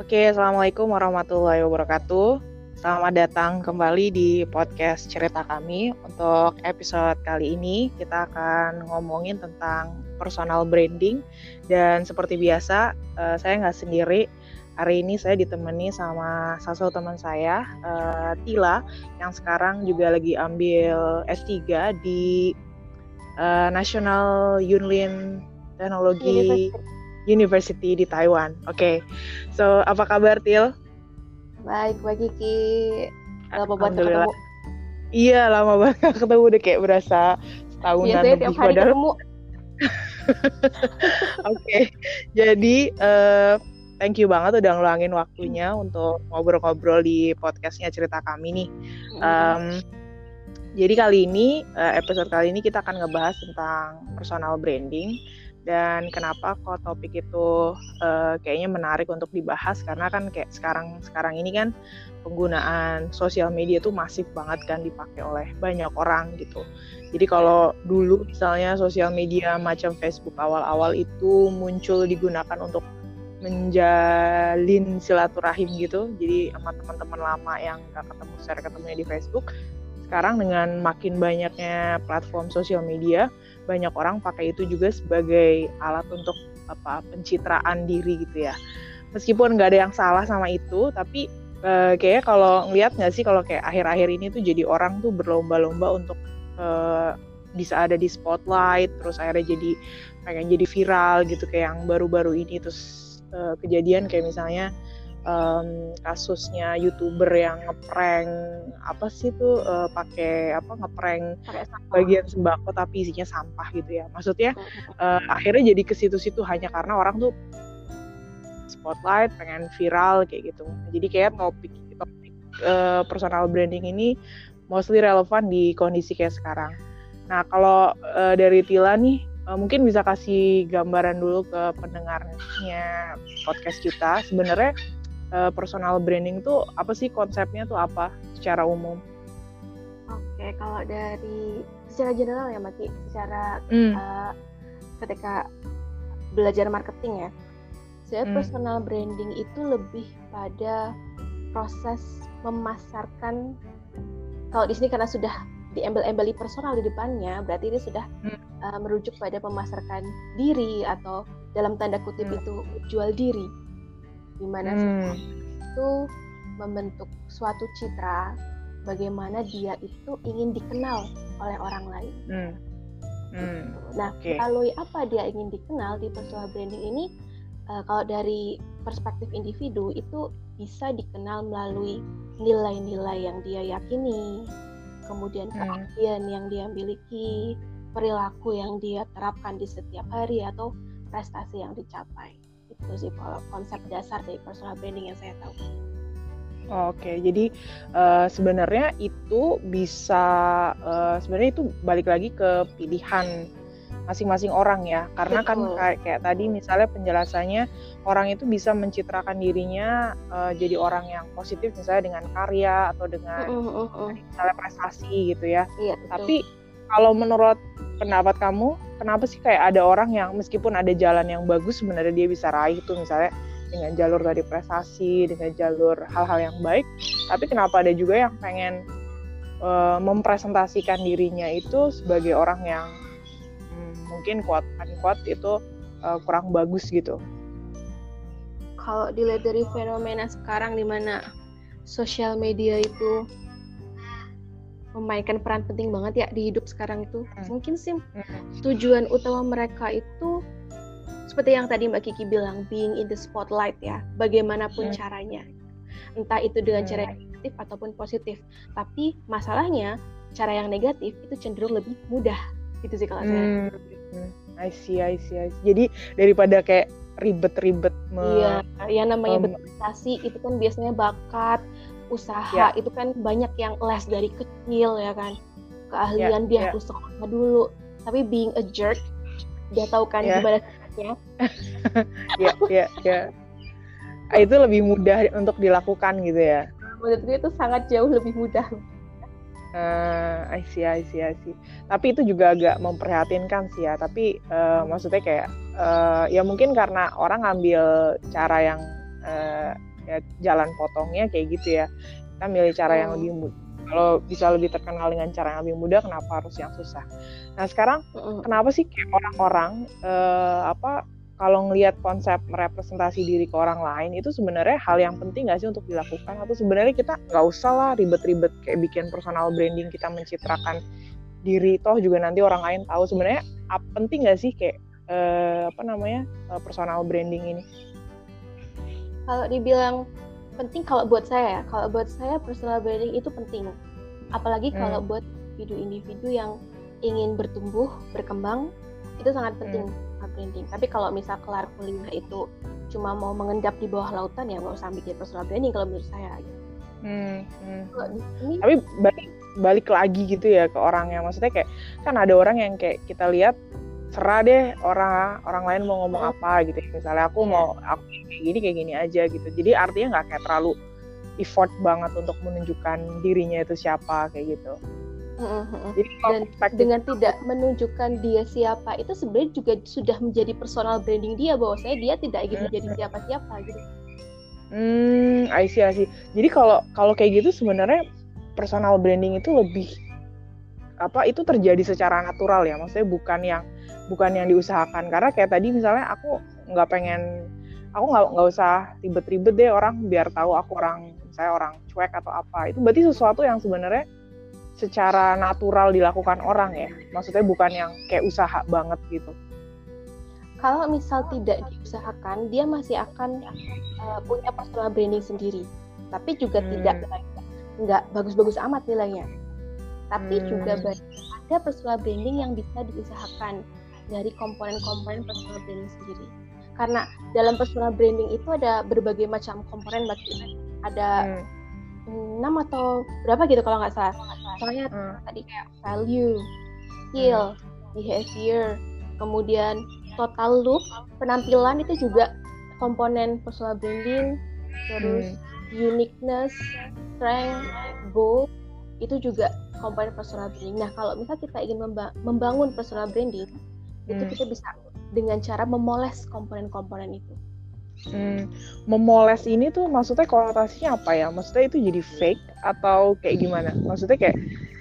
Oke, Assalamualaikum warahmatullahi wabarakatuh. Selamat datang kembali di podcast cerita kami. Untuk episode kali ini kita akan ngomongin tentang personal branding. Dan seperti biasa, saya nggak sendiri. Hari ini saya ditemani sama salah satu teman saya, Tila, yang sekarang juga lagi ambil S3 di National Yunlin Technology University di Taiwan. Oke. So, apa kabar, Til? Baik, Kiki. Lama banget ketemu. Iya, lama banget ketemu. Udah kayak berasa setahunan biasanya lebih. Tiap hari ketemu. Oke. Jadi, thank you banget udah ngeluangin waktunya untuk ngobrol-ngobrol di podcastnya Cerita Kami nih. Jadi episode kali ini kita akan ngebahas tentang personal branding. Dan kenapa kok topik itu kayaknya menarik untuk dibahas, karena kan kayak sekarang ini kan penggunaan sosial media tuh masif banget kan dipakai oleh banyak orang gitu. Jadi kalau dulu misalnya sosial media macam Facebook awal-awal itu muncul digunakan untuk menjalin silaturahim gitu, jadi sama teman-teman lama yang gak ketemu secara ketemunya di Facebook. Sekarang dengan makin banyaknya platform sosial media, banyak orang pakai itu juga sebagai alat untuk pencitraan diri gitu ya. Meskipun nggak ada yang salah sama itu, tapi kayaknya kalau ngelihat nggak sih kalau kayak akhir-akhir ini tuh jadi orang tuh berlomba-lomba untuk bisa ada di spotlight, terus akhirnya jadi pengen jadi viral gitu, kayak yang baru-baru ini terus kejadian kayak misalnya kasusnya YouTuber yang ngeprank ngeprank bagian sembako tapi isinya sampah gitu ya. Maksudnya akhirnya jadi ke situ-situ hanya karena orang tuh spotlight, pengen viral kayak gitu. Jadi kayak topik personal branding ini mostly relevan di kondisi kayak sekarang. Nah, kalau dari Tila nih, mungkin bisa kasih gambaran dulu ke pendengarnya podcast kita. Sebenarnya personal branding tuh apa sih, konsepnya tuh apa secara umum? Oke, kalau dari secara general ya Maki, secara ketika belajar marketing ya, saya personal branding itu lebih pada proses memasarkan. Kalau di sini karena sudah diembel-embeli personal di depannya, berarti ini sudah merujuk pada memasarkan diri atau dalam tanda kutip itu jual diri. Di mana itu membentuk suatu citra bagaimana dia itu ingin dikenal oleh orang lain. Nah, melalui apa dia ingin dikenal di personal branding ini, kalau dari perspektif individu itu bisa dikenal melalui nilai-nilai yang dia yakini, kemudian keahlian yang dia miliki, perilaku yang dia terapkan di setiap hari, atau prestasi yang dicapai. Itu sih kalau konsep dasar dari personal branding yang saya tahu. Oke, jadi sebenarnya itu bisa sebenarnya itu balik lagi ke pilihan masing-masing orang ya, karena kan kayak tadi misalnya penjelasannya, orang itu bisa mencitrakan dirinya jadi orang yang positif misalnya dengan karya atau dengan misalnya prestasi gitu ya. Iya, tapi kalau menurut pendapat kamu, kenapa sih kayak ada orang yang meskipun ada jalan yang bagus sebenarnya dia bisa raih itu, misalnya dengan jalur dari prestasi, dengan jalur hal-hal yang baik, tapi kenapa ada juga yang pengen mempresentasikan dirinya itu sebagai orang yang mungkin quote unquote itu kurang bagus gitu? Kalau dilihat dari fenomena sekarang di mana sosial media itu memainkan peran penting banget ya di hidup sekarang itu. Mungkin sih tujuan utama mereka itu seperti yang tadi Mbak Kiki bilang, being in the spotlight ya, bagaimanapun caranya. Entah itu dengan cara yang negatif ataupun positif. Tapi masalahnya, cara yang negatif itu cenderung lebih mudah. Itu sih kalau saya. I see. Jadi daripada kayak ribet-ribet yang namanya berprestasi itu kan biasanya bakat, usaha, itu kan banyak yang les dari kecil ya kan, keahlian dia harus sekolah dulu, tapi being a jerk dia tahu kan gimana caranya. Itu lebih mudah untuk dilakukan gitu ya. Menurut gue itu sangat jauh lebih mudah. I see. Tapi itu juga agak memprihatinkan sih ya. Tapi maksudnya kayak ya mungkin karena orang ngambil cara yang ya jalan potongnya kayak gitu ya. Kita milih cara yang lebih mudah. Kalau bisa lebih terkenal dengan cara yang lebih mudah, kenapa harus yang susah? Nah sekarang kenapa sih kayak orang-orang kalau ngelihat konsep merepresentasi diri ke orang lain itu sebenarnya hal yang penting nggak sih untuk dilakukan, atau sebenarnya kita nggak usah lah ribet-ribet kayak bikin personal branding, kita mencitrakan diri, toh juga nanti orang lain tahu. Sebenarnya penting nggak sih kayak personal branding ini? Kalau dibilang penting, kalau buat saya personal branding itu penting, apalagi kalau buat individu yang ingin bertumbuh, berkembang, itu sangat penting branding. Tapi kalau misal kelar kuliah itu cuma mau mengendap di bawah lautan, ya nggak usah bikin personal branding kalau menurut saya. Tapi balik lagi gitu ya ke orangnya, maksudnya kayak kan ada orang yang kayak kita lihat serah deh orang lain mau ngomong apa gitu, misalnya aku kayak gini aja gitu, jadi artinya nggak kayak terlalu effort banget untuk menunjukkan dirinya itu siapa kayak gitu. Jadi dan dengan tidak menunjukkan dia siapa itu sebenarnya juga sudah menjadi personal branding dia, bahwa dia tidak ingin menjadi siapa-siapa gitu. I see. Jadi kalau kayak gitu sebenarnya personal branding itu lebih itu terjadi secara natural ya, maksudnya bukan yang diusahakan. Karena kayak tadi misalnya aku nggak usah ribet-ribet deh orang biar tahu aku orang cuek atau apa. Itu berarti sesuatu yang sebenarnya secara natural dilakukan orang ya, maksudnya bukan yang kayak usaha banget gitu. Kalau misal tidak diusahakan, dia masih akan punya personal branding sendiri, tapi juga nggak bagus-bagus amat nilainya. Tapi juga ada personal branding yang bisa diusahakan dari komponen-komponen personal branding sendiri. Karena dalam personal branding itu ada berbagai macam komponen, ada 6 atau berapa gitu kalau nggak salah. Soalnya tadi kayak value, skill, behavior, kemudian total look, penampilan itu juga komponen personal branding. Terus uniqueness, strength, goal itu juga komponen personal branding. Nah kalau misal kita ingin membangun personal branding, itu kita bisa dengan cara memoles komponen-komponen itu. Memoles ini tuh maksudnya konotasinya apa ya? Maksudnya itu jadi fake atau kayak gimana? Maksudnya kayak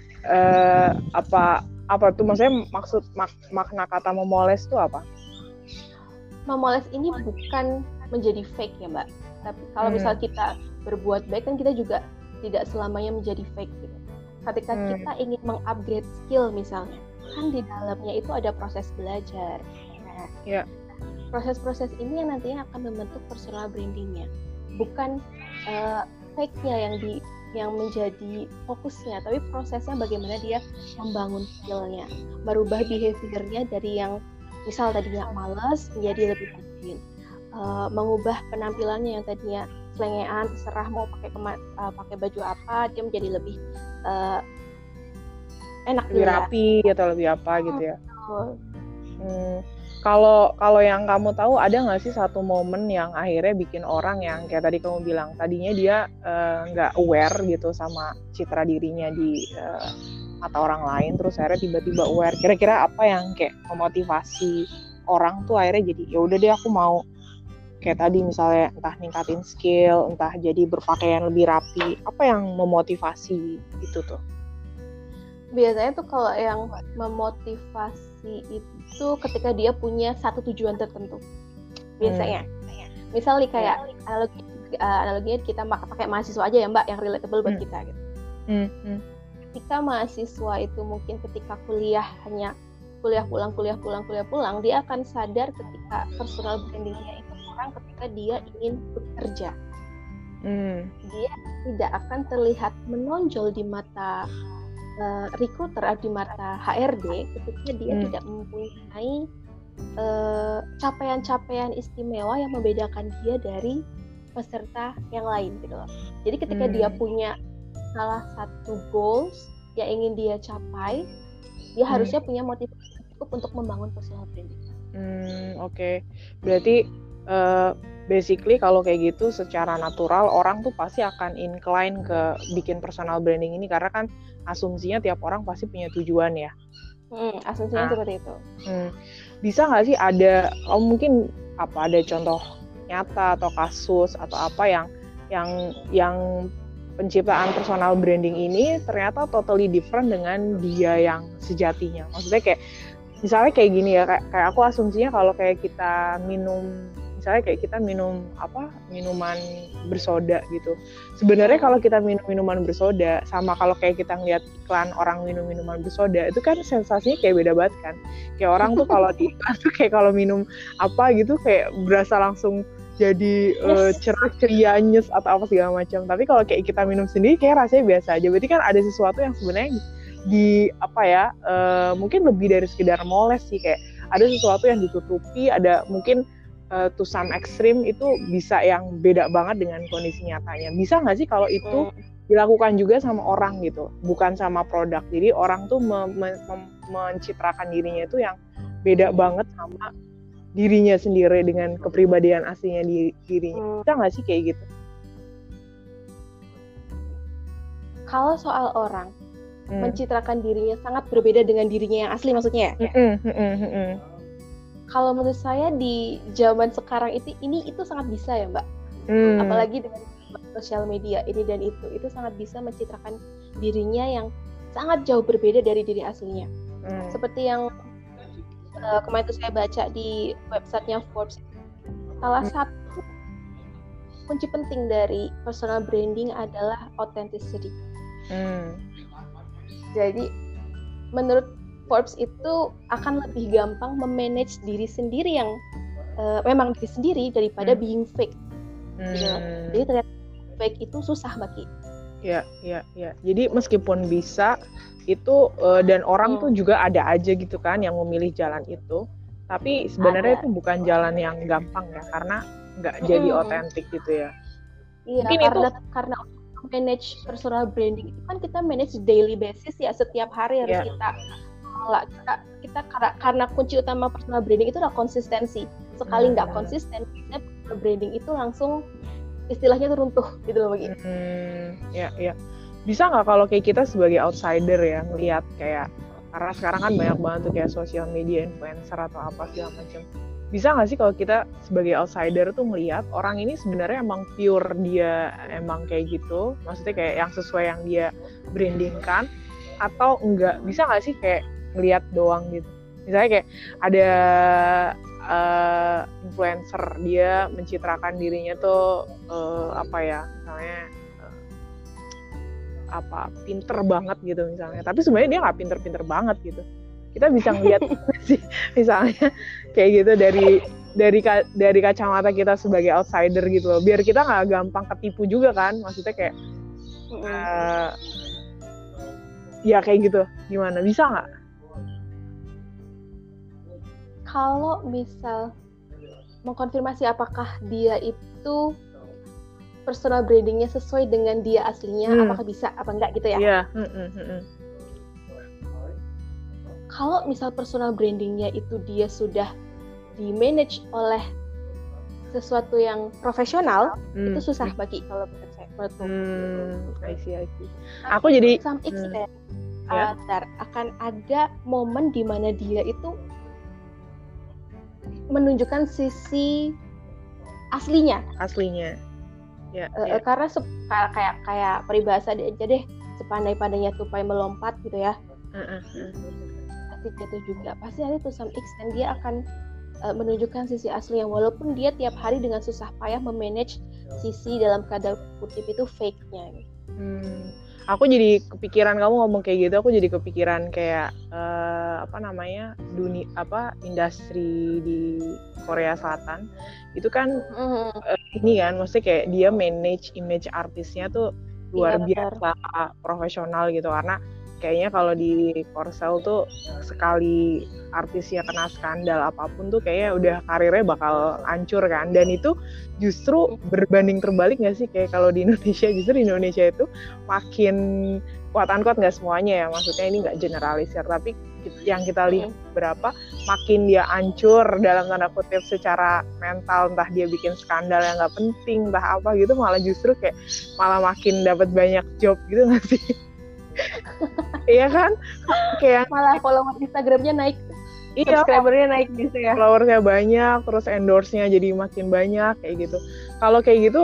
apa tuh? Maksudnya makna kata memoles tuh apa? Memoles ini bukan menjadi fake ya Mbak. Tapi kalau misal kita berbuat baik kan kita juga tidak selamanya menjadi fake gitu. Ketika kita ingin mengupgrade skill misalnya, kan di dalamnya itu ada proses belajar. Nah, proses-proses ini yang nantinya akan membentuk personal brandingnya, bukan fake-nya yang menjadi fokusnya, tapi prosesnya bagaimana dia membangun skill-nya, merubah behavior-nya dari yang misal tadinya malas menjadi lebih rajin, mengubah penampilannya yang tadinya selengean, terserah mau pakai baju apa, dia menjadi lebih enak, lebih rapi atau lebih apa gitu ya. Kalau yang kamu tahu, ada nggak sih satu momen yang akhirnya bikin orang yang kayak tadi kamu bilang, tadinya dia nggak aware gitu sama citra dirinya di mata orang lain, terus akhirnya tiba-tiba aware. Kira-kira apa yang kayak memotivasi orang tuh akhirnya jadi ya udah deh aku mau kayak tadi misalnya entah ningkatin skill, entah jadi berpakaian lebih rapi. Apa yang memotivasi itu tuh? Biasanya tuh kalau yang memotivasi itu ketika dia punya satu tujuan tertentu. Biasanya. Misalnya kayak analoginya kita pakai mahasiswa aja ya Mbak, yang relatable buat kita gitu. Ketika mahasiswa itu mungkin ketika kuliah hanya kuliah pulang, dia akan sadar ketika personal branding-nya itu kurang ketika dia ingin bekerja. Dia tidak akan terlihat menonjol di mata recruiter, di mata HRD ketika dia tidak mempunyai capaian-capaian istimewa yang membedakan dia dari peserta yang lain gitu loh. Jadi ketika dia punya salah satu goals yang ingin dia capai, dia harusnya punya motivasi cukup untuk membangun personal branding. Oke. Berarti basically kalau kayak gitu secara natural orang tuh pasti akan incline ke bikin personal branding ini, karena kan asumsinya tiap orang pasti punya tujuan ya. Asumsinya seperti itu. Bisa nggak sih ada mungkin ada contoh nyata atau kasus atau apa yang yang penciptaan personal branding ini ternyata totally different dengan dia yang sejatinya. Maksudnya kayak misalnya kayak gini ya, kayak aku asumsinya kalau kayak kita misalnya kayak kita minum minuman bersoda gitu. Sebenarnya kalau kita minum minuman bersoda sama kalau kayak kita ngeliat iklan orang minum minuman bersoda, itu kan sensasinya kayak beda banget kan. Kayak orang tuh kalau di iklan tuh kayak kalau minum apa gitu kayak berasa langsung jadi cerah ceria nyes atau apa segala macam. Tapi kalau kayak kita minum sendiri kayak rasanya biasa aja. Berarti kan ada sesuatu yang sebenarnya mungkin lebih dari sekedar moles sih, kayak ada sesuatu yang ditutupi, ada mungkin to some extreme itu bisa yang beda banget dengan kondisi nyatanya. Bisa nggak sih kalau itu dilakukan juga sama orang gitu, bukan sama produk. Jadi orang tuh mencitrakan dirinya itu yang beda banget sama dirinya sendiri dengan kepribadian aslinya dirinya. Bisa nggak sih kayak gitu? Kalau soal orang mencitrakan dirinya sangat berbeda dengan dirinya yang asli, maksudnya ya? Kalau menurut saya di zaman sekarang itu sangat bisa ya, Mbak. Apalagi dengan sosial media ini dan itu sangat bisa mencitrakan dirinya yang sangat jauh berbeda dari diri aslinya. Seperti yang kemarin itu saya baca di websitenya Forbes, salah satu kunci penting dari personal branding adalah authenticity. Jadi menurut Forbes itu akan lebih gampang memanage diri sendiri yang memang diri sendiri daripada being fake. Gitu. Jadi ternyata fake itu susah bagi. Ya. Jadi meskipun bisa itu dan orang tuh juga ada aja gitu kan yang memilih jalan itu, tapi sebenarnya itu bukan jalan yang gampang ya, karena nggak jadi otentik gitu ya. Iya, mungkin karena manage personal branding itu kan kita manage daily basis ya, setiap hari harus kita karena kunci utama personal branding itu adalah konsistensi. Sekali nggak konsisten, personal branding itu langsung istilahnya tuh runtuh gitu loh begitu. Ya. Bisa nggak kalau kayak kita sebagai outsider ya ngelihat kayak, karena sekarang kan banyak banget tuh kayak sosial media influencer atau apa segala macam. Bisa nggak sih kalau kita sebagai outsider tuh ngelihat orang ini sebenarnya emang pure dia emang kayak gitu, maksudnya kayak yang sesuai yang dia brandingkan atau enggak? Bisa nggak sih kayak ngelihat doang gitu? Misalnya kayak ada influencer dia mencitrakan dirinya tuh misalnya pinter banget gitu misalnya, tapi sebenarnya dia nggak pinter-pinter banget gitu. Kita bisa ngeliat sih misalnya kayak gitu dari kacamata kita sebagai outsider gitu loh, biar kita nggak gampang ketipu juga kan, maksudnya kayak ya kayak gitu. Gimana, bisa nggak? Kalau misal mengkonfirmasi apakah dia itu personal brandingnya sesuai dengan dia aslinya, apakah bisa apa enggak gitu ya? Kalau misal personal brandingnya itu dia sudah di-manage oleh sesuatu yang profesional, itu susah bagi kalau menurut saya. I see. Aku jadi some extent akan ada momen di mana dia itu menunjukkan sisi aslinya. Ya. Karena kayak peribahasa aja deh, sepandai-pandainya tupai melompat gitu ya. Pasti jatuh juga. Pasti nanti to some extent dia akan menunjukkan sisi asli yang walaupun dia tiap hari dengan susah payah memanage sisi dalam kata kutip itu fake-nya. Aku jadi kepikiran kamu ngomong kayak gitu, aku jadi kepikiran kayak industri di Korea Selatan itu kan ini kan, maksudnya kayak dia manage image artisnya tuh luar biasa profesional gitu, karena kayaknya kalau di Korsel tuh sekali artisnya kena skandal apapun tuh kayaknya udah karirnya bakal hancur kan, dan itu justru berbanding terbalik nggak sih kayak kalau di Indonesia, justru di Indonesia itu makin kuat-kuat, nggak semuanya ya, maksudnya ini nggak generalisir, tapi yang kita lihat berapa makin dia hancur dalam tanda kutip secara mental, entah dia bikin skandal yang nggak penting, entah apa gitu, malah justru kayak malah makin dapat banyak job gitu nggak sih? Iya kan, kayak malah follower Instagramnya naik, subscribernya naik gitu ya, followersnya banyak, terus endorse-nya jadi makin banyak kayak gitu. Kalau kayak gitu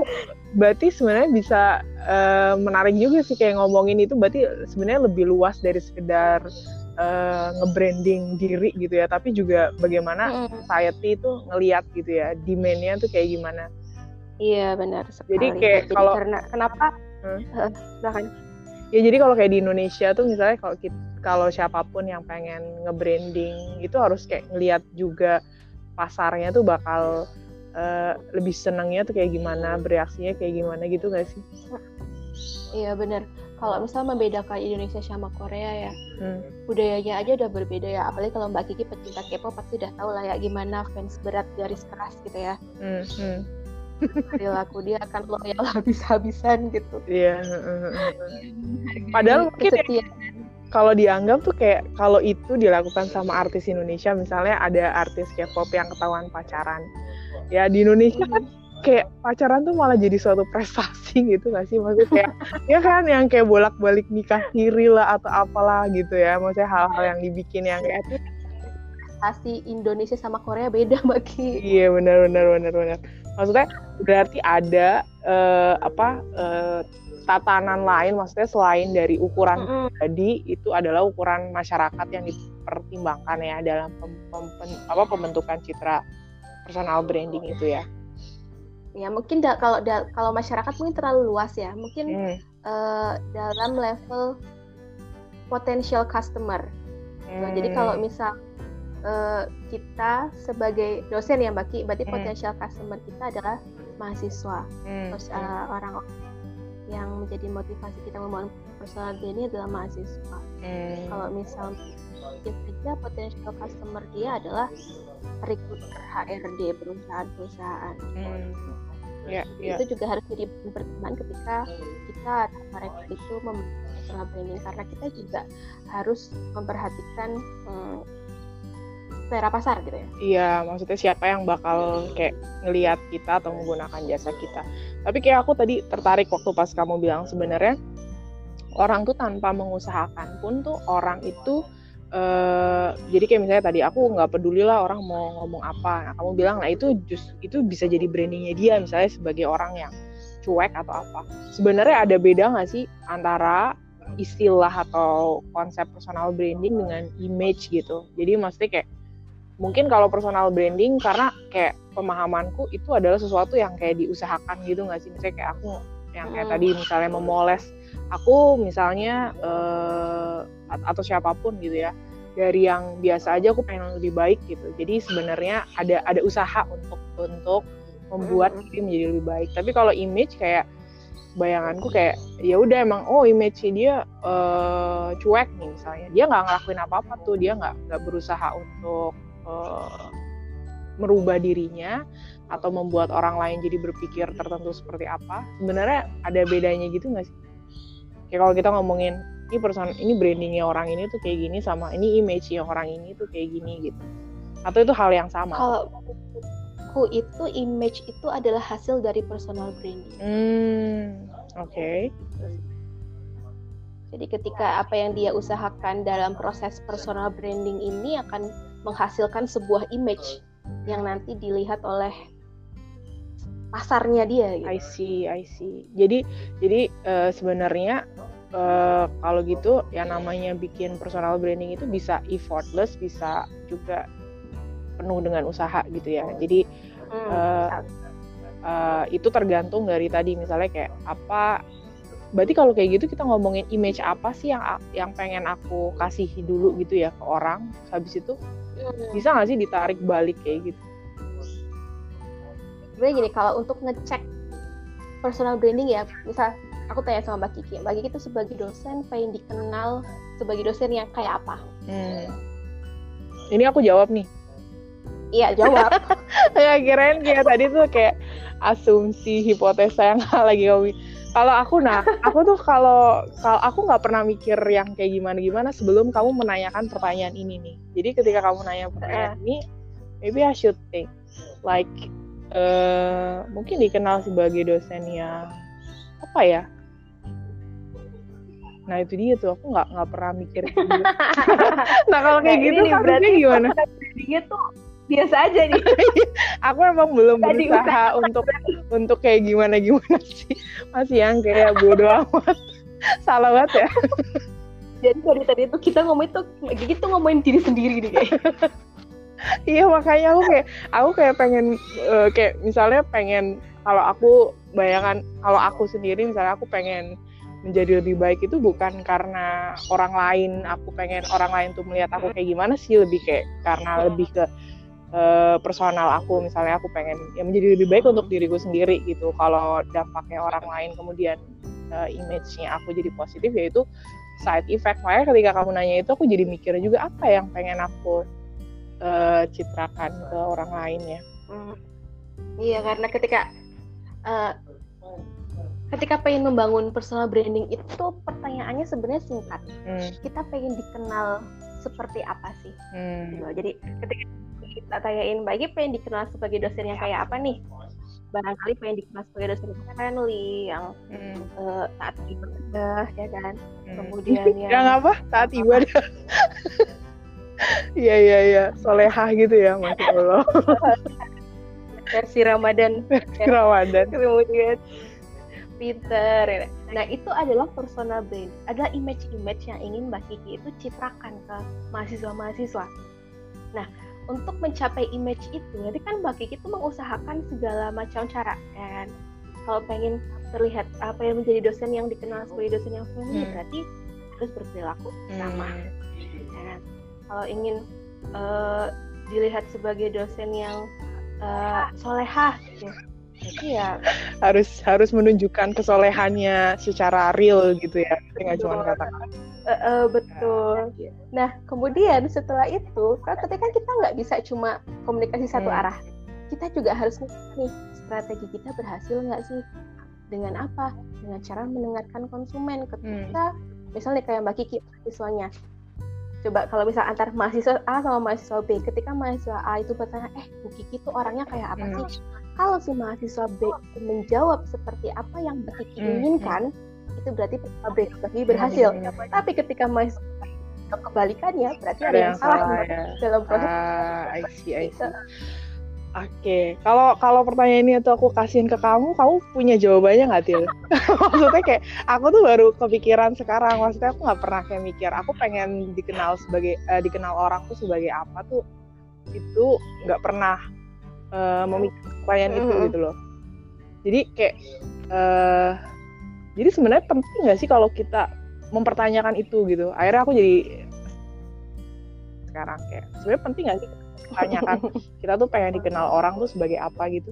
berarti sebenarnya bisa menarik juga sih kayak ngomongin itu, berarti sebenarnya lebih luas dari sekedar nge-branding diri gitu ya, tapi juga bagaimana society itu ngelihat gitu ya, demand-nya tuh kayak gimana. Iya benar sekali. Jadi kayak kalau kenapa? Bahkan. Ya jadi kalau kayak di Indonesia tuh misalnya kalau siapapun yang pengen nge-branding itu harus kayak ngelihat juga pasarnya tuh bakal lebih senengnya tuh kayak gimana, bereaksinya kayak gimana gitu gak sih? Iya benar. Kalau misal membedakan Indonesia sama Korea ya, budayanya aja udah berbeda ya. Apalagi kalau Mbak Kiki pecinta K-pop pasti udah tahu lah ya gimana fans berat garis keras gitu ya. Perilaku dia akan loyal habis-habisan gitu. Iya. Padahal mungkin kalau dianggap tuh kayak kalau itu dilakukan sama artis Indonesia, misalnya ada artis K-pop yang ketahuan pacaran, ya di Indonesia kan kayak pacaran tuh malah jadi suatu prestasi gitu nggak sih, maksudnya kayak ya kan yang kayak bolak-balik nikah siri lah atau apalah gitu ya, maksudnya hal-hal yang dibikin yang kayak prestasi Indonesia sama Korea beda Mbak Ki. Iya benar. Maksudnya berarti ada tatanan lain, maksudnya selain dari ukuran tadi itu adalah ukuran masyarakat yang dipertimbangkan ya dalam pembentukan citra personal branding itu ya. Ya mungkin kalau masyarakat mungkin terlalu luas ya, mungkin dalam level potential customer. Jadi kalau misal kita sebagai dosen ya Mbak Ki, berarti potential customer kita adalah mahasiswa. Terus orang yang menjadi motivasi kita membangun personal branding adalah mahasiswa. Kalau misal kita potential customer dia adalah recruiter HRD perusahaan-perusahahan. Itu juga harus jadi pertimbangan ketika kita merekrut itu membangun personal branding, karena kita juga harus memperhatikan selera pasar gitu ya. Iya, maksudnya siapa yang bakal kayak ngelihat kita atau menggunakan jasa kita. Tapi kayak aku tadi tertarik waktu pas kamu bilang sebenarnya orang tuh tanpa mengusahakan pun tuh orang itu jadi kayak misalnya tadi aku nggak peduli lah orang mau ngomong apa. Nah, kamu bilang nah itu bisa jadi brandingnya dia misalnya sebagai orang yang cuek atau apa. Sebenarnya ada beda nggak sih antara istilah atau konsep personal branding dengan image gitu. Jadi maksudnya kayak mungkin kalau personal branding karena kayak pemahamanku itu adalah sesuatu yang kayak diusahakan gitu nggak sih, misalnya kayak aku yang kayak tadi misalnya memoles aku misalnya atau siapapun gitu ya, dari yang biasa aja aku pengen lebih baik gitu. Jadi sebenarnya ada usaha untuk membuat diri menjadi lebih baik. Tapi kalau image kayak bayanganku kayak ya udah emang image dia cuek nih misalnya, dia nggak ngelakuin apa-apa tuh, dia nggak berusaha untuk merubah dirinya atau membuat orang lain jadi berpikir tertentu seperti apa. Sebenarnya ada bedanya gitu nggak sih? Kayak kalau kita ngomongin ini brandingnya orang ini tuh kayak gini sama ini image-nya orang ini tuh kayak gini gitu. Atau itu hal yang sama? Kalau aku itu image itu adalah hasil dari personal branding. Oke. Jadi ketika apa yang dia usahakan dalam proses personal branding ini akan menghasilkan sebuah image yang nanti dilihat oleh pasarnya dia gitu. I see. Jadi sebenarnya kalau gitu yang namanya bikin personal branding itu bisa effortless, bisa juga penuh dengan usaha gitu ya. Jadi itu tergantung dari tadi misalnya kayak apa. Berarti kalau kayak gitu kita ngomongin image apa sih yang pengen aku kasih dulu gitu ya ke orang. Habis itu bisa nggak sih ditarik balik kayak gitu? Sebenarnya gini, kalau untuk ngecek personal branding ya, misal aku tanya sama Mbak Kiki itu sebagai dosen pengen dikenal sebagai dosen yang kayak apa? Ini aku jawab nih. Iya jawab. Ya kirain kayak tadi tuh kayak asumsi hipotesa yang lagi ngomongin. Kalau aku tuh kalau aku nggak pernah mikir yang kayak gimana sebelum kamu menanyakan pertanyaan ini nih. Jadi ketika kamu nanya pertanyaan ini, maybe I should think like mungkin dikenal sebagai dosen yang apa ya? Nah itu dia tuh, aku nggak pernah mikir gitu. Nah kalau kayak gitu harusnya gimana? Brandingnya tuh biasa aja nih. Aku emang belum berusaha untuk kayak gimana sih, masih yang kayak bodo amat. Salah banget ya. Jadi dari tadi itu kita ngomongin diri sendiri nih kayak. Iya, makanya aku kayak pengen kayak misalnya pengen, kalau aku bayangan kalau aku sendiri misalnya aku pengen menjadi lebih baik itu bukan karena orang lain, aku pengen orang lain tuh melihat aku kayak gimana sih, lebih kayak karena lebih ke personal aku. Misalnya aku pengen ya menjadi lebih baik untuk diriku sendiri gitu. Kalau dampaknya orang lain kemudian image-nya aku jadi positif, yaitu side effect. Makanya ketika kamu nanya itu aku jadi mikir juga apa yang pengen aku citrakan ke orang lain ya. Iya, karena ketika pengen membangun personal branding itu pertanyaannya sebenarnya singkat. Kita pengen dikenal seperti apa sih? Jadi ketika kita tanyain Mbak Egi pengen dikenal sebagai dosen yang kayak apa nih? Barangkali pengen dikenal sebagai dosen yang friendly, yang taat ibadah, ya kan? Kemudian yang apa? Taat ibadah. Iya, solehah gitu ya, Masya Allah. Versi Ramadan. Kemudian pinter. Nah, itu adalah personal brand, adalah image yang ingin Mbak Kiki itu citrakan ke mahasiswa-mahasiswa. Nah, untuk mencapai image itu, nanti kan Mbak Kiki itu mengusahakan segala macam cara, kan? Kalau pengen terlihat yang menjadi dosen yang dikenal sebagai dosen yang friendly, berarti harus berperilaku sama. Nah, kalau ingin dilihat sebagai dosen yang solehah, gitu, berarti ya harus menunjukkan kesolehannya secara real gitu ya, nggak cuma kata-kata. Betul. Nah, kemudian setelah itu, ketika kita nggak bisa cuma komunikasi satu arah, kita juga harus nih strategi kita berhasil nggak sih? Dengan apa? Dengan cara mendengarkan konsumen. Ketika misalnya kayak Mbak Kiki mahasiswanya, coba kalau misal antar mahasiswa A sama mahasiswa B, ketika mahasiswa A itu bertanya, Bu Kiki tuh orangnya kayak apa sih? Kalau si mahasiswa B menjawab seperti apa yang Mbak Kiki inginkan, itu berarti Mbak Kiki berhasil. Tapi ketika mahasiswa kebalikannya, berarti ada yang salah dalam proses. I see. Oke, kalau pertanyaan ini tuh aku kasihin ke kamu punya jawabannya nggak, Til? Maksudnya kayak aku tuh baru kepikiran sekarang. Maksudnya aku nggak pernah kayak mikir aku pengen dikenal orang tuh sebagai apa tuh, itu nggak pernah memikirkan pertanyaan itu gitu loh. Jadi kayak jadi sebenarnya penting nggak sih kalau kita mempertanyakan itu gitu. Akhirnya aku jadi sekarang kayak sebenarnya penting nggak sih tanyakan kita tuh pengen dikenal orang tuh sebagai apa gitu?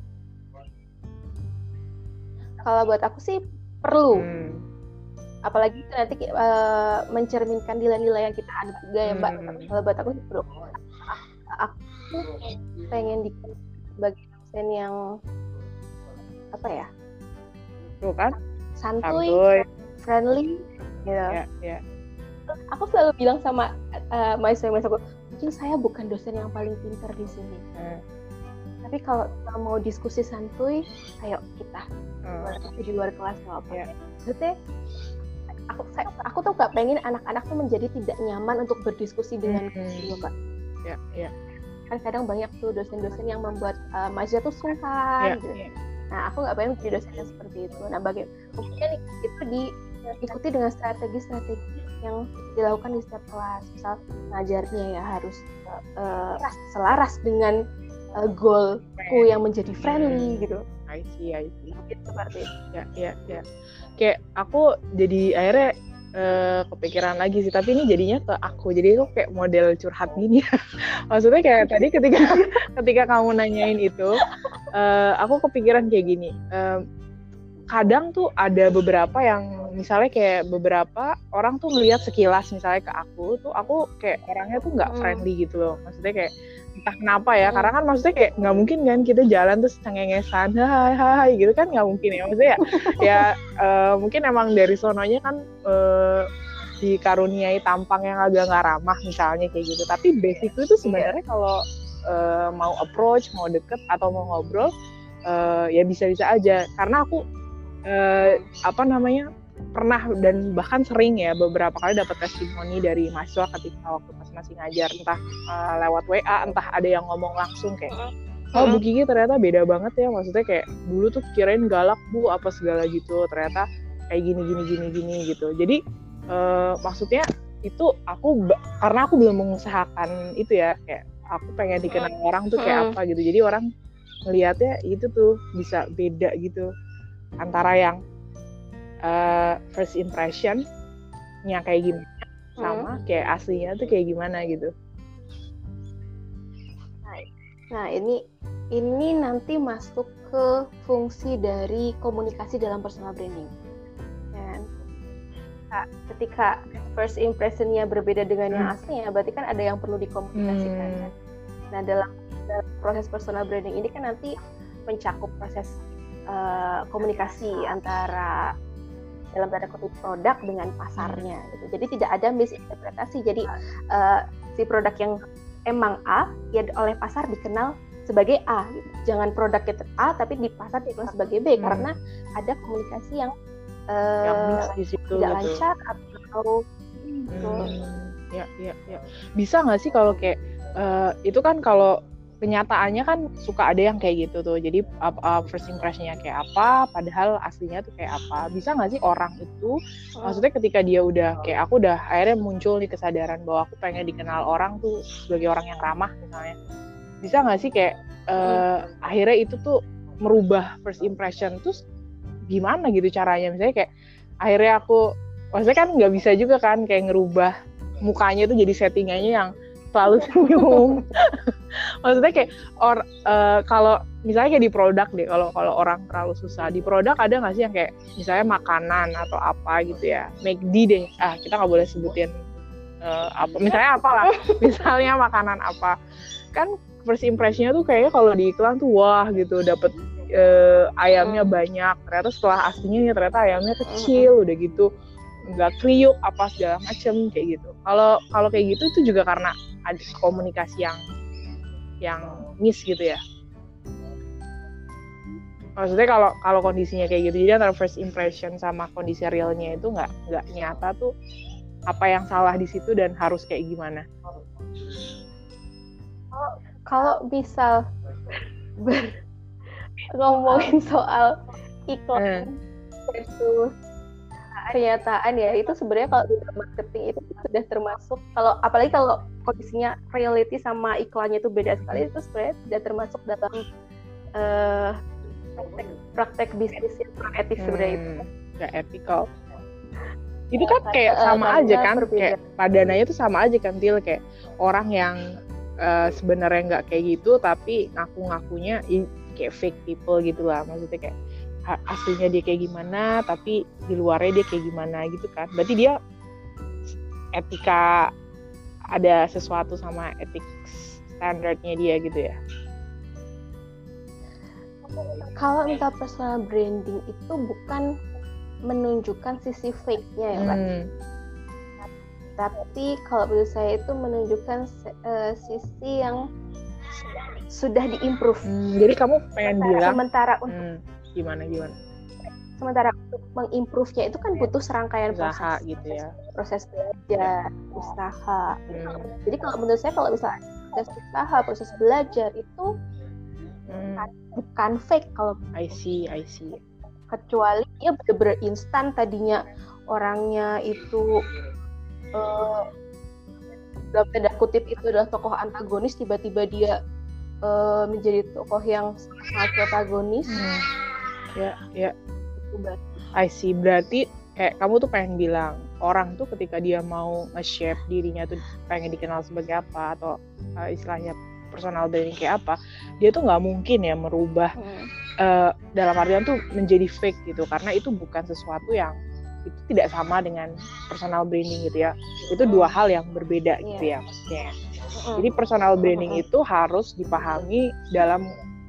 Kalau buat aku sih perlu, apalagi nanti mencerminkan nilai-nilai yang kita anut juga ya Mbak. Kalau buat aku sih perlu. Aku pengen dikenal sebagai dosen yang apa ya? Tuh kan? Santuy. Friendly, gitu. Yeah. Aku selalu bilang sama mahasiswa-mahasiswa aku, mungkin saya bukan dosen yang paling pintar di sini. Tapi kalau mau diskusi santuy, ayo kita di luar kelas nggak apa. Maksudnya, aku tuh nggak pengen anak-anak tuh menjadi tidak nyaman untuk berdiskusi dengan Mbak. Iya. Kan kadang banyak tuh dosen-dosen yang membuat mahasiswa tuh sungkan. Gitu. Nah, aku nggak pengen jadi dosen yang seperti itu. Nah, mungkin itu diikuti dengan strategi-strategi yang dilakukan di setiap kelas. Misal ngajarnya ya harus selaras dengan goalku yang menjadi friendly gitu. I see. Gitu, seperti itu. Ya. Kayak aku jadi akhirnya kepikiran lagi sih, tapi ini jadinya ke aku. Jadi itu kayak model curhat gini ya. Maksudnya kayak tadi ketika kamu nanyain itu, aku kepikiran kayak gini. Kadang tuh ada beberapa yang misalnya kayak beberapa orang tuh ngelihat sekilas misalnya ke aku kayak orangnya tuh nggak friendly gitu loh. Maksudnya kayak entah kenapa ya, karena kan maksudnya kayak nggak mungkin kan kita jalan terus cengengesan hai gitu kan, nggak mungkin ya. Maksudnya ya mungkin emang dari sononya kan dikaruniai tampang yang agak nggak ramah misalnya kayak gitu. Tapi basically itu sebenarnya kalau mau approach, mau deket atau mau ngobrol ya bisa-bisa aja. Karena aku pernah dan bahkan sering ya beberapa kali dapat testimoni dari mahasiswa ketika waktu pas masih ngajar, entah lewat WA, entah ada yang ngomong langsung kayak, oh Bu Kiki ternyata beda banget ya, maksudnya kayak dulu tuh kirain galak Bu apa segala gitu, ternyata kayak gini gitu. Jadi maksudnya itu karena aku belum mengusahakan itu ya, kayak aku pengen dikenal orang tuh kayak apa gitu, jadi orang ngelihatnya itu tuh bisa beda gitu antara yang first impression-nya kayak gimana sama kayak aslinya tuh kayak gimana gitu. Nah, ini nanti masuk ke fungsi dari komunikasi dalam personal branding. Dan ketika first impression-nya berbeda dengan yang aslinya, berarti kan ada yang perlu dikomunikasikan. Nah, dalam proses personal branding ini kan nanti mencakup proses komunikasi antara dalam tanda kutip produk dengan pasarnya gitu. Jadi tidak ada misinterpretasi. Jadi si produk yang emang A ya oleh pasar dikenal sebagai A gitu. Jangan produknya A tapi di pasar dikenal sebagai B karena ada komunikasi yang di situ, tidak gitu. lancar atau Ya. Bisa nggak sih kalau kayak itu kan kalau kenyataannya kan suka ada yang kayak gitu tuh, jadi first impression-nya kayak apa padahal aslinya tuh kayak apa. Bisa nggak sih orang itu maksudnya ketika dia udah kayak aku udah akhirnya muncul nih kesadaran bahwa aku pengen dikenal orang tuh sebagai orang yang ramah misalnya, bisa nggak sih kayak akhirnya itu tuh merubah first impression, terus gimana gitu caranya, misalnya kayak akhirnya aku maksudnya kan nggak bisa juga kan kayak ngerubah mukanya tuh jadi settingannya yang selalu senyum. Maksudnya kayak kalau misalnya kayak di produk deh, kalau orang terlalu susah di produk, ada nggak sih yang kayak misalnya makanan atau apa gitu ya, McD deh, kita nggak boleh sebutin apa misalnya apalah, misalnya makanan apa, kan first impression-nya tuh kayaknya kalau di iklan tuh wah gitu dapet ayamnya banyak, ternyata setelah aslinya ternyata ayamnya kecil udah gitu nggak kriuk apa segala macem kayak gitu. Kalau kayak gitu itu juga karena ada komunikasi yang miss gitu ya. Maksudnya kalau kondisinya kayak gitu, jadi antara first impression sama kondisi realnya itu nggak nyata tuh, apa yang salah di situ dan harus kayak gimana? Kalau misal ngomongin soal iklan versus kenyataan ya, itu sebenarnya kalau di marketing itu sudah termasuk, kalau apalagi kalau kondisinya reality sama iklannya itu beda sekali, itu sebenarnya sudah termasuk dalam praktek bisnis yang kurang etis sebenarnya itu. Gak ethical. Itu kan kayak sama aja kan, kayak padananya itu sama aja kan, Til, kayak orang yang sebenarnya nggak kayak gitu tapi ngaku-ngakunya kayak fake people gitu lah, maksudnya kayak aslinya dia kayak gimana tapi di luarnya dia kayak gimana gitu kan. Berarti dia etika, ada sesuatu sama etik standarnya dia gitu ya. Kalau misal personal branding itu bukan menunjukkan sisi fake-nya ya Pak, tapi kalau menurut saya itu menunjukkan sisi yang sudah diimprove. Jadi kamu pengen bilang sementara untuk gimana? Sementara untuk mengimprove-nya itu kan butuh serangkaian usaha proses gitu ya. Proses belajar, usaha. Jadi kalau menurut saya kalau misalnya proses usaha, proses belajar itu bukan fake kalau I see. Kecuali dia benar-benar instan, tadinya orangnya itu dalam tanda kutip itu adalah tokoh antagonis, tiba-tiba dia menjadi tokoh yang sangat protagonis. Ya. I see. Berarti kayak kamu tuh pengen bilang orang tuh ketika dia mau nge-shape dirinya tuh pengen dikenal sebagai apa atau istilahnya personal branding kayak apa, dia tuh nggak mungkin ya merubah dalam artian tuh menjadi fake gitu, karena itu bukan sesuatu yang itu tidak sama dengan personal branding gitu ya. Itu dua hal yang berbeda gitu ya maksudnya. Jadi personal branding itu harus dipahami dalam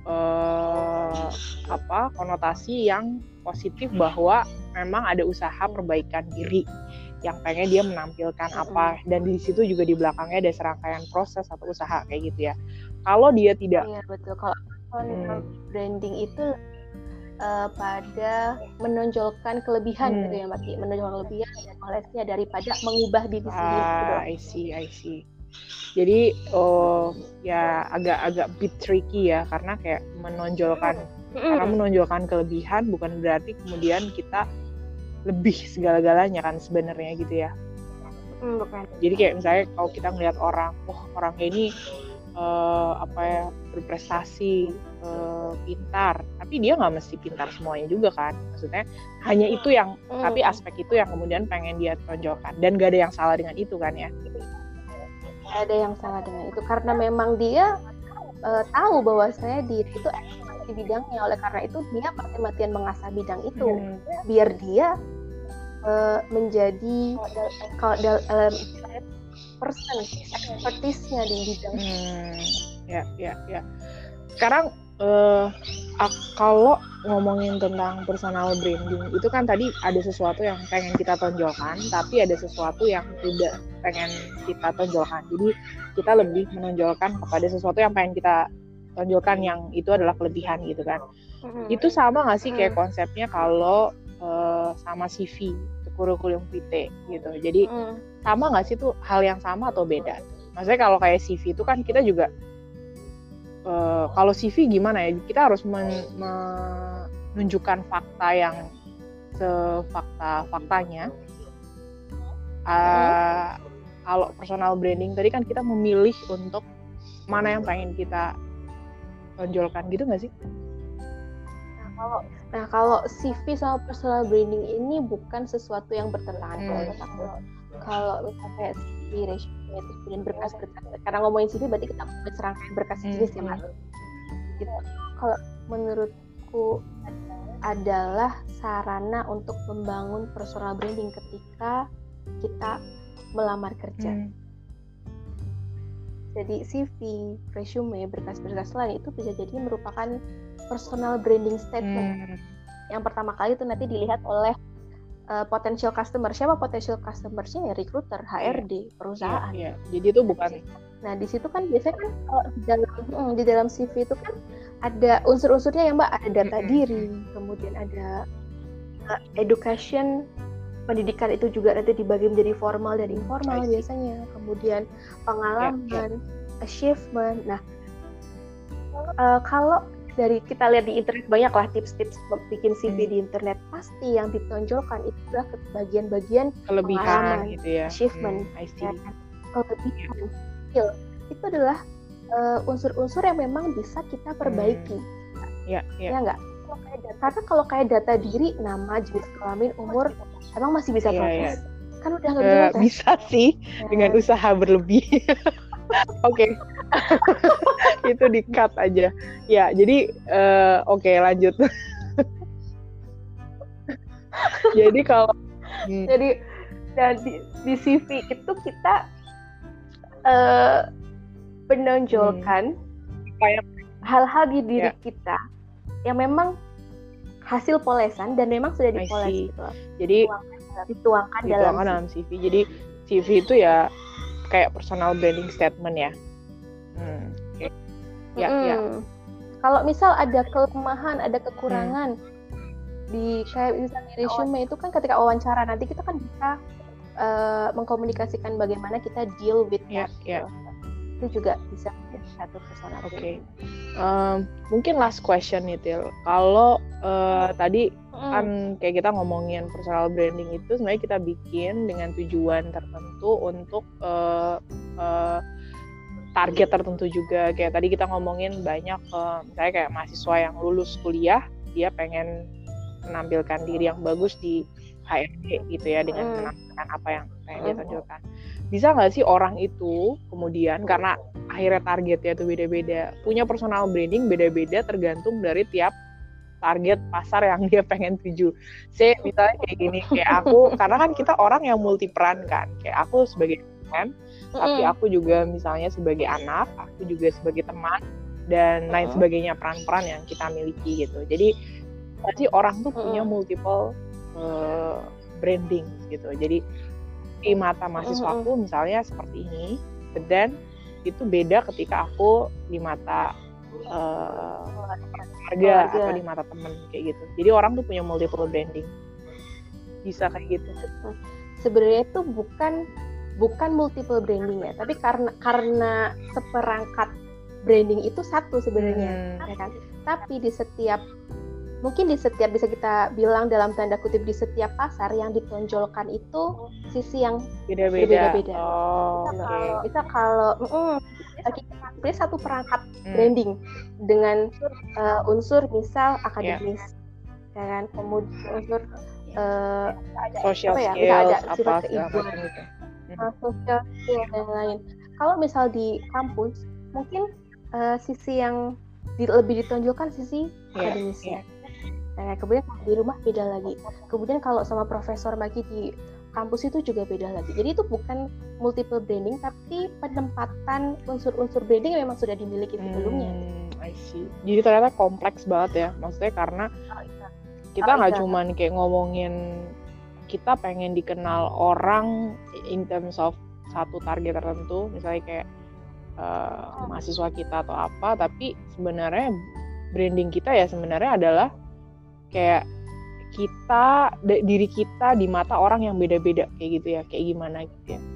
konotasi yang positif, bahwa memang ada usaha perbaikan diri yang pengen dia menampilkan apa, dan di situ juga di belakangnya ada serangkaian proses atau usaha kayak gitu ya. Kalau dia tidak betul. Kalau branding itu pada menonjolkan kelebihan gitu ya Mbak Ki, menonjolkan kelebihan dan knowledge-nya daripada mengubah diri sendiri gitu. I see. Jadi ya agak bit tricky ya, karena kayak menonjolkan kelebihan bukan berarti kemudian kita lebih segala-galanya kan sebenarnya gitu ya. Bukan. Jadi kayak misalnya kalau kita ngelihat orang ini berprestasi, pintar, tapi dia nggak mesti pintar semuanya juga kan. Maksudnya hanya itu yang tapi aspek itu yang kemudian pengen dia tonjolkan, dan gak ada yang salah dengan itu kan ya. Ada yang salah dengan itu karena memang dia tahu bahwasanya dia itu expert di bidangnya, oleh karena itu dia mati-matian mengasah bidang itu biar dia menjadi person expertise-nya di bidang. Ya. Sekarang kalau ngomongin tentang personal branding itu kan tadi ada sesuatu yang pengen kita tonjolkan, tapi ada sesuatu yang tidak pengen kita tonjolkan. Jadi kita lebih menonjolkan kepada sesuatu yang pengen kita tonjolkan, yang itu adalah kelebihan gitu kan. Itu sama nggak sih kayak konsepnya kalau sama CV, curriculum vitae gitu. Jadi sama nggak sih tuh hal yang sama atau beda? Maksudnya kalau kayak CV itu kan kita juga kalau CV gimana ya? Kita harus menunjukkan fakta yang sefakta-faktanya. Kalau personal branding tadi kan kita memilih untuk mana yang pengen kita tonjolkan gitu nggak sih? Nah kalau CV sama personal branding ini bukan sesuatu yang bertentangan. Kalau misalnya CV, resume, itu kemudian berkas-berkas. Karena ngomongin CV berarti kita punya serangkaian berkas jenis ya Mas. Gitu. Kalau menurutku adalah sarana untuk membangun personal branding ketika kita melamar kerja. Jadi CV, resume, berkas-berkas lain itu bisa jadi merupakan personal branding statement. Yang pertama kali itu nanti dilihat oleh potential customer. Siapa potential customer-nya? Ya recruiter, HRD, perusahaan. Iya. Jadi itu bukan. Nah, di situ kan biasanya kan di dalam CV itu kan ada unsur-unsurnya ya Mbak, ada data diri, kemudian ada education, pendidikan itu juga nanti dibagi menjadi formal dan informal biasanya. Kemudian pengalaman, achievement. Nah, kalau dari kita lihat di internet banyak lah tips-tips bikin CV di internet, pasti yang ditonjolkan itu adalah bagian-bagian kelebihan gitu ya, achievement, kelebihan, skill. Itu adalah unsur-unsur yang memang bisa kita perbaiki. Ya nggak? Karena kalau kayak data diri, nama, jenis kelamin, umur, emang masih bisa proses. Kan udah nggak bisa proses. Bisa sih dengan usaha berlebih. Oke. Itu di-cut aja. Ya, jadi oke, lanjut. Jadi kalau jadi di CV itu kita menonjolkan hal-hal di diri kita yang memang hasil polesan dan memang sudah dipoles gitu. Jadi dituangkan dalam CV. Jadi CV itu ya kayak personal branding statement ya. Kalau misal ada kelemahan, ada kekurangan di kayak misalnya resume itu kan ketika wawancara nanti kita kan bisa mengkomunikasikan bagaimana kita deal with that. Itu juga bisa menjadi satu personal branding. Mungkin last question nih Til. Kalau tadi kan kayak kita ngomongin personal branding itu sebenarnya kita bikin dengan tujuan tertentu untuk target tertentu juga. Kayak tadi kita ngomongin banyak misalnya kayak mahasiswa yang lulus kuliah, dia pengen menampilkan diri yang bagus di HRD gitu ya, dengan menampilkan apa yang pengen dia tonjolkan. Bisa nggak sih orang itu kemudian, karena akhirnya targetnya itu beda-beda, punya personal branding beda-beda tergantung dari tiap target pasar yang dia pengen tuju. Misalnya kayak gini, kayak aku, karena kan kita orang yang multi peran kan, kayak aku sebagai teman, tapi aku juga misalnya sebagai anak, aku juga sebagai teman, dan lain sebagainya, peran-peran yang kita miliki gitu. Jadi pasti orang tuh punya multiple branding gitu. Jadi di mata mahasiswa aku misalnya seperti ini, dan itu beda ketika aku di mata keluarga atau di mata temen kayak gitu. Jadi orang tuh punya multiple branding, bisa kayak gitu. Sebenarnya itu bukan multiple branding ya, tapi karena seperangkat branding itu satu sebenarnya, ya kan? Tapi mungkin di setiap bisa kita bilang dalam tanda kutip di setiap pasar yang ditonjolkan itu sisi yang berbeda-beda. Bisa kalau sebenarnya satu perangkat branding dengan unsur misal akademis, ya kan? Kemudian unsur social skills, bisa ada sifat keibuan, social skills dan lain. Kalau misal di kampus mungkin sisi yang lebih ditonjolkan sisi akademisnya. Nah, kemudian di rumah beda lagi. Kemudian kalau sama profesor lagi di kampus itu juga beda lagi. Jadi itu bukan multiple branding, tapi penempatan unsur-unsur branding yang memang sudah dimiliki sebelumnya. I see. Jadi ternyata kompleks banget ya. Maksudnya karena kita nggak cuman kayak ngomongin kita pengen dikenal orang in terms of satu target tertentu, misalnya kayak mahasiswa kita atau apa, tapi sebenarnya branding kita ya sebenarnya adalah kayak diri kita di mata orang yang beda-beda kayak gitu ya, kayak gimana gitu ya.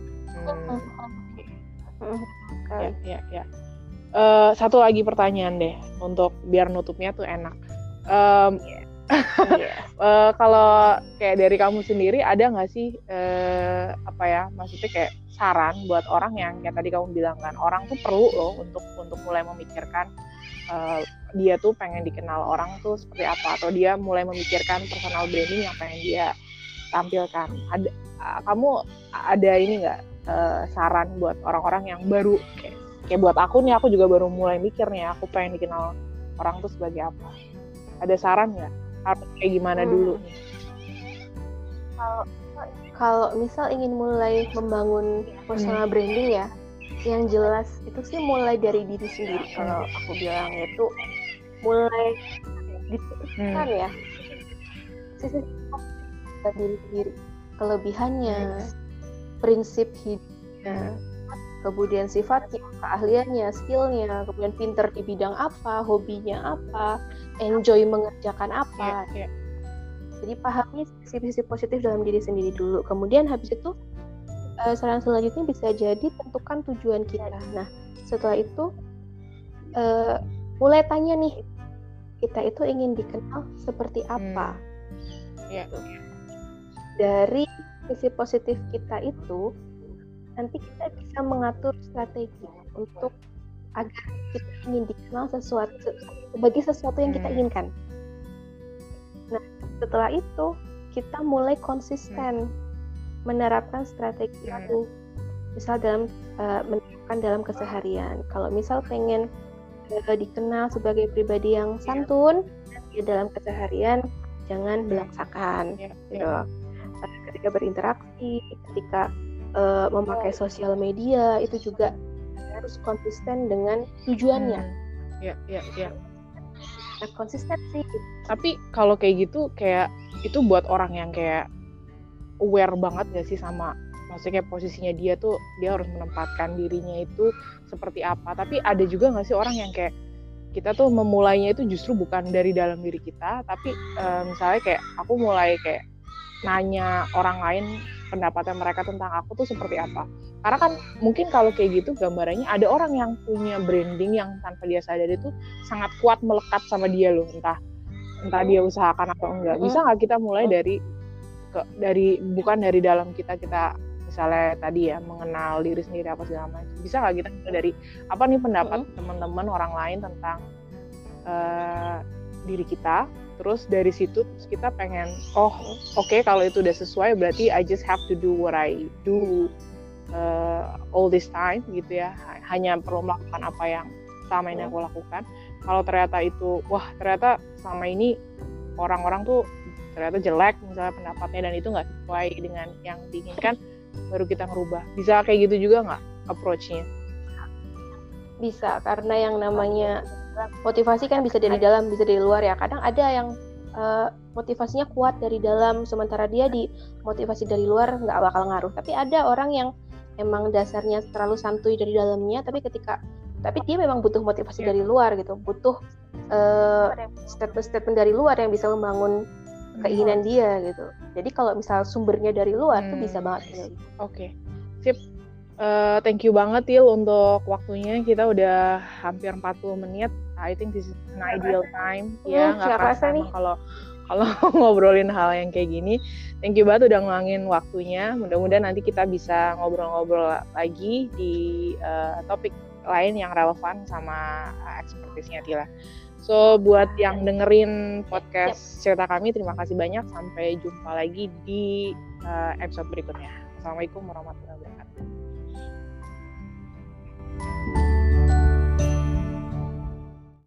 Ya. Satu lagi pertanyaan deh untuk biar nutupnya tuh enak. Kalau kayak dari kamu sendiri ada nggak sih maksudnya kayak saran buat orang yang kayak tadi kamu bilang kan, orang tuh perlu loh untuk mulai memikirkan dia tuh pengen dikenal orang tuh seperti apa, atau dia mulai memikirkan personal branding yang pengen dia tampilkan. Kamu ada ini nggak saran buat orang-orang yang baru kayak buat aku nih, aku juga baru mulai mikir nih, aku pengen dikenal orang tuh sebagai apa? Ada saran nggak? Harus kayak gimana dulu nih? Kalau misal ingin mulai membangun personal branding ya, yang jelas itu sih mulai dari diri sendiri. Kalau aku bilang itu mulai ditentukan ya sisi diri sendiri, kelebihannya, prinsip hidupnya, kemudian sifatnya, keahliannya, skillnya, kemudian pinter di bidang apa, hobinya apa, enjoy mengerjakan apa. Jadi pahami sisi positif dalam diri sendiri dulu. Kemudian habis itu saran selanjutnya bisa jadi tentukan tujuan kita. Nah, setelah itu mulai tanya nih, kita itu ingin dikenal seperti apa? Dari sisi positif kita itu, nanti kita bisa mengatur strategi untuk agar kita ingin dikenal sebagai sesuatu yang kita inginkan. Nah, setelah itu kita mulai konsisten menerapkan strategi itu. Misal menerapkan dalam keseharian. Kalau misal pengen dikenal sebagai pribadi yang santun, ya dalam keseharian jangan belaksakan. Ketika berinteraksi, ketika memakai sosial media, itu juga harus konsisten dengan tujuannya. Konsistensi. Tapi kalau kayak gitu, kayak itu buat orang yang kayak aware banget gak sih sama, maksudnya kayak posisinya dia tuh, dia harus menempatkan dirinya itu seperti apa. Tapi ada juga gak sih orang yang kayak kita tuh memulainya itu justru bukan dari dalam diri kita, tapi misalnya kayak aku mulai kayak nanya orang lain pendapatnya mereka tentang aku tuh seperti apa. Karena kan mungkin kalau kayak gitu gambarannya ada orang yang punya branding yang tanpa dia sadari itu sangat kuat melekat sama dia loh, entah dia usahakan atau enggak. Bisa nggak kita mulai dari bukan dari dalam kita misalnya tadi ya mengenal diri sendiri apa segala macam. Bisa nggak kita mulai dari apa nih pendapat teman-teman orang lain tentang diri kita, terus dari situ kita pengen oke, kalau itu udah sesuai berarti I just have to do what I do all this time gitu ya, hanya perlu melakukan apa yang selama ini aku lakukan. Kalau ternyata itu ternyata selama ini orang-orang tuh ternyata jelek misalnya pendapatnya dan itu nggak sesuai dengan yang diinginkan, baru kita ngerubah. Bisa kayak gitu juga nggak approach-nya? Bisa, karena yang namanya motivasi kan bisa dari dalam, bisa dari luar ya. Kadang ada yang motivasinya kuat dari dalam, sementara dia di motivasi dari luar nggak bakal ngaruh. Tapi ada orang yang emang dasarnya terlalu santuy dari dalamnya, tapi ketika tapi dia memang butuh motivasi dari luar gitu, butuh statement-statement dari luar yang bisa membangun keinginan dia gitu. Jadi kalau misal sumbernya dari luar tuh bisa banget. Oke. Sip. Thank you banget Til untuk waktunya. Kita udah hampir 40 menit. I think this is an ideal time. Ya, nggak kerasa nih kalau ngobrolin hal yang kayak gini. Thank you banget udah ngeluangin waktunya. Mudah-mudahan nanti kita bisa ngobrol-ngobrol lagi di topik lain yang relevan sama expertise-nya Tila. So, buat yang dengerin podcast cerita kami, terima kasih banyak. Sampai jumpa lagi di episode berikutnya. Assalamualaikum warahmatullahi wabarakatuh.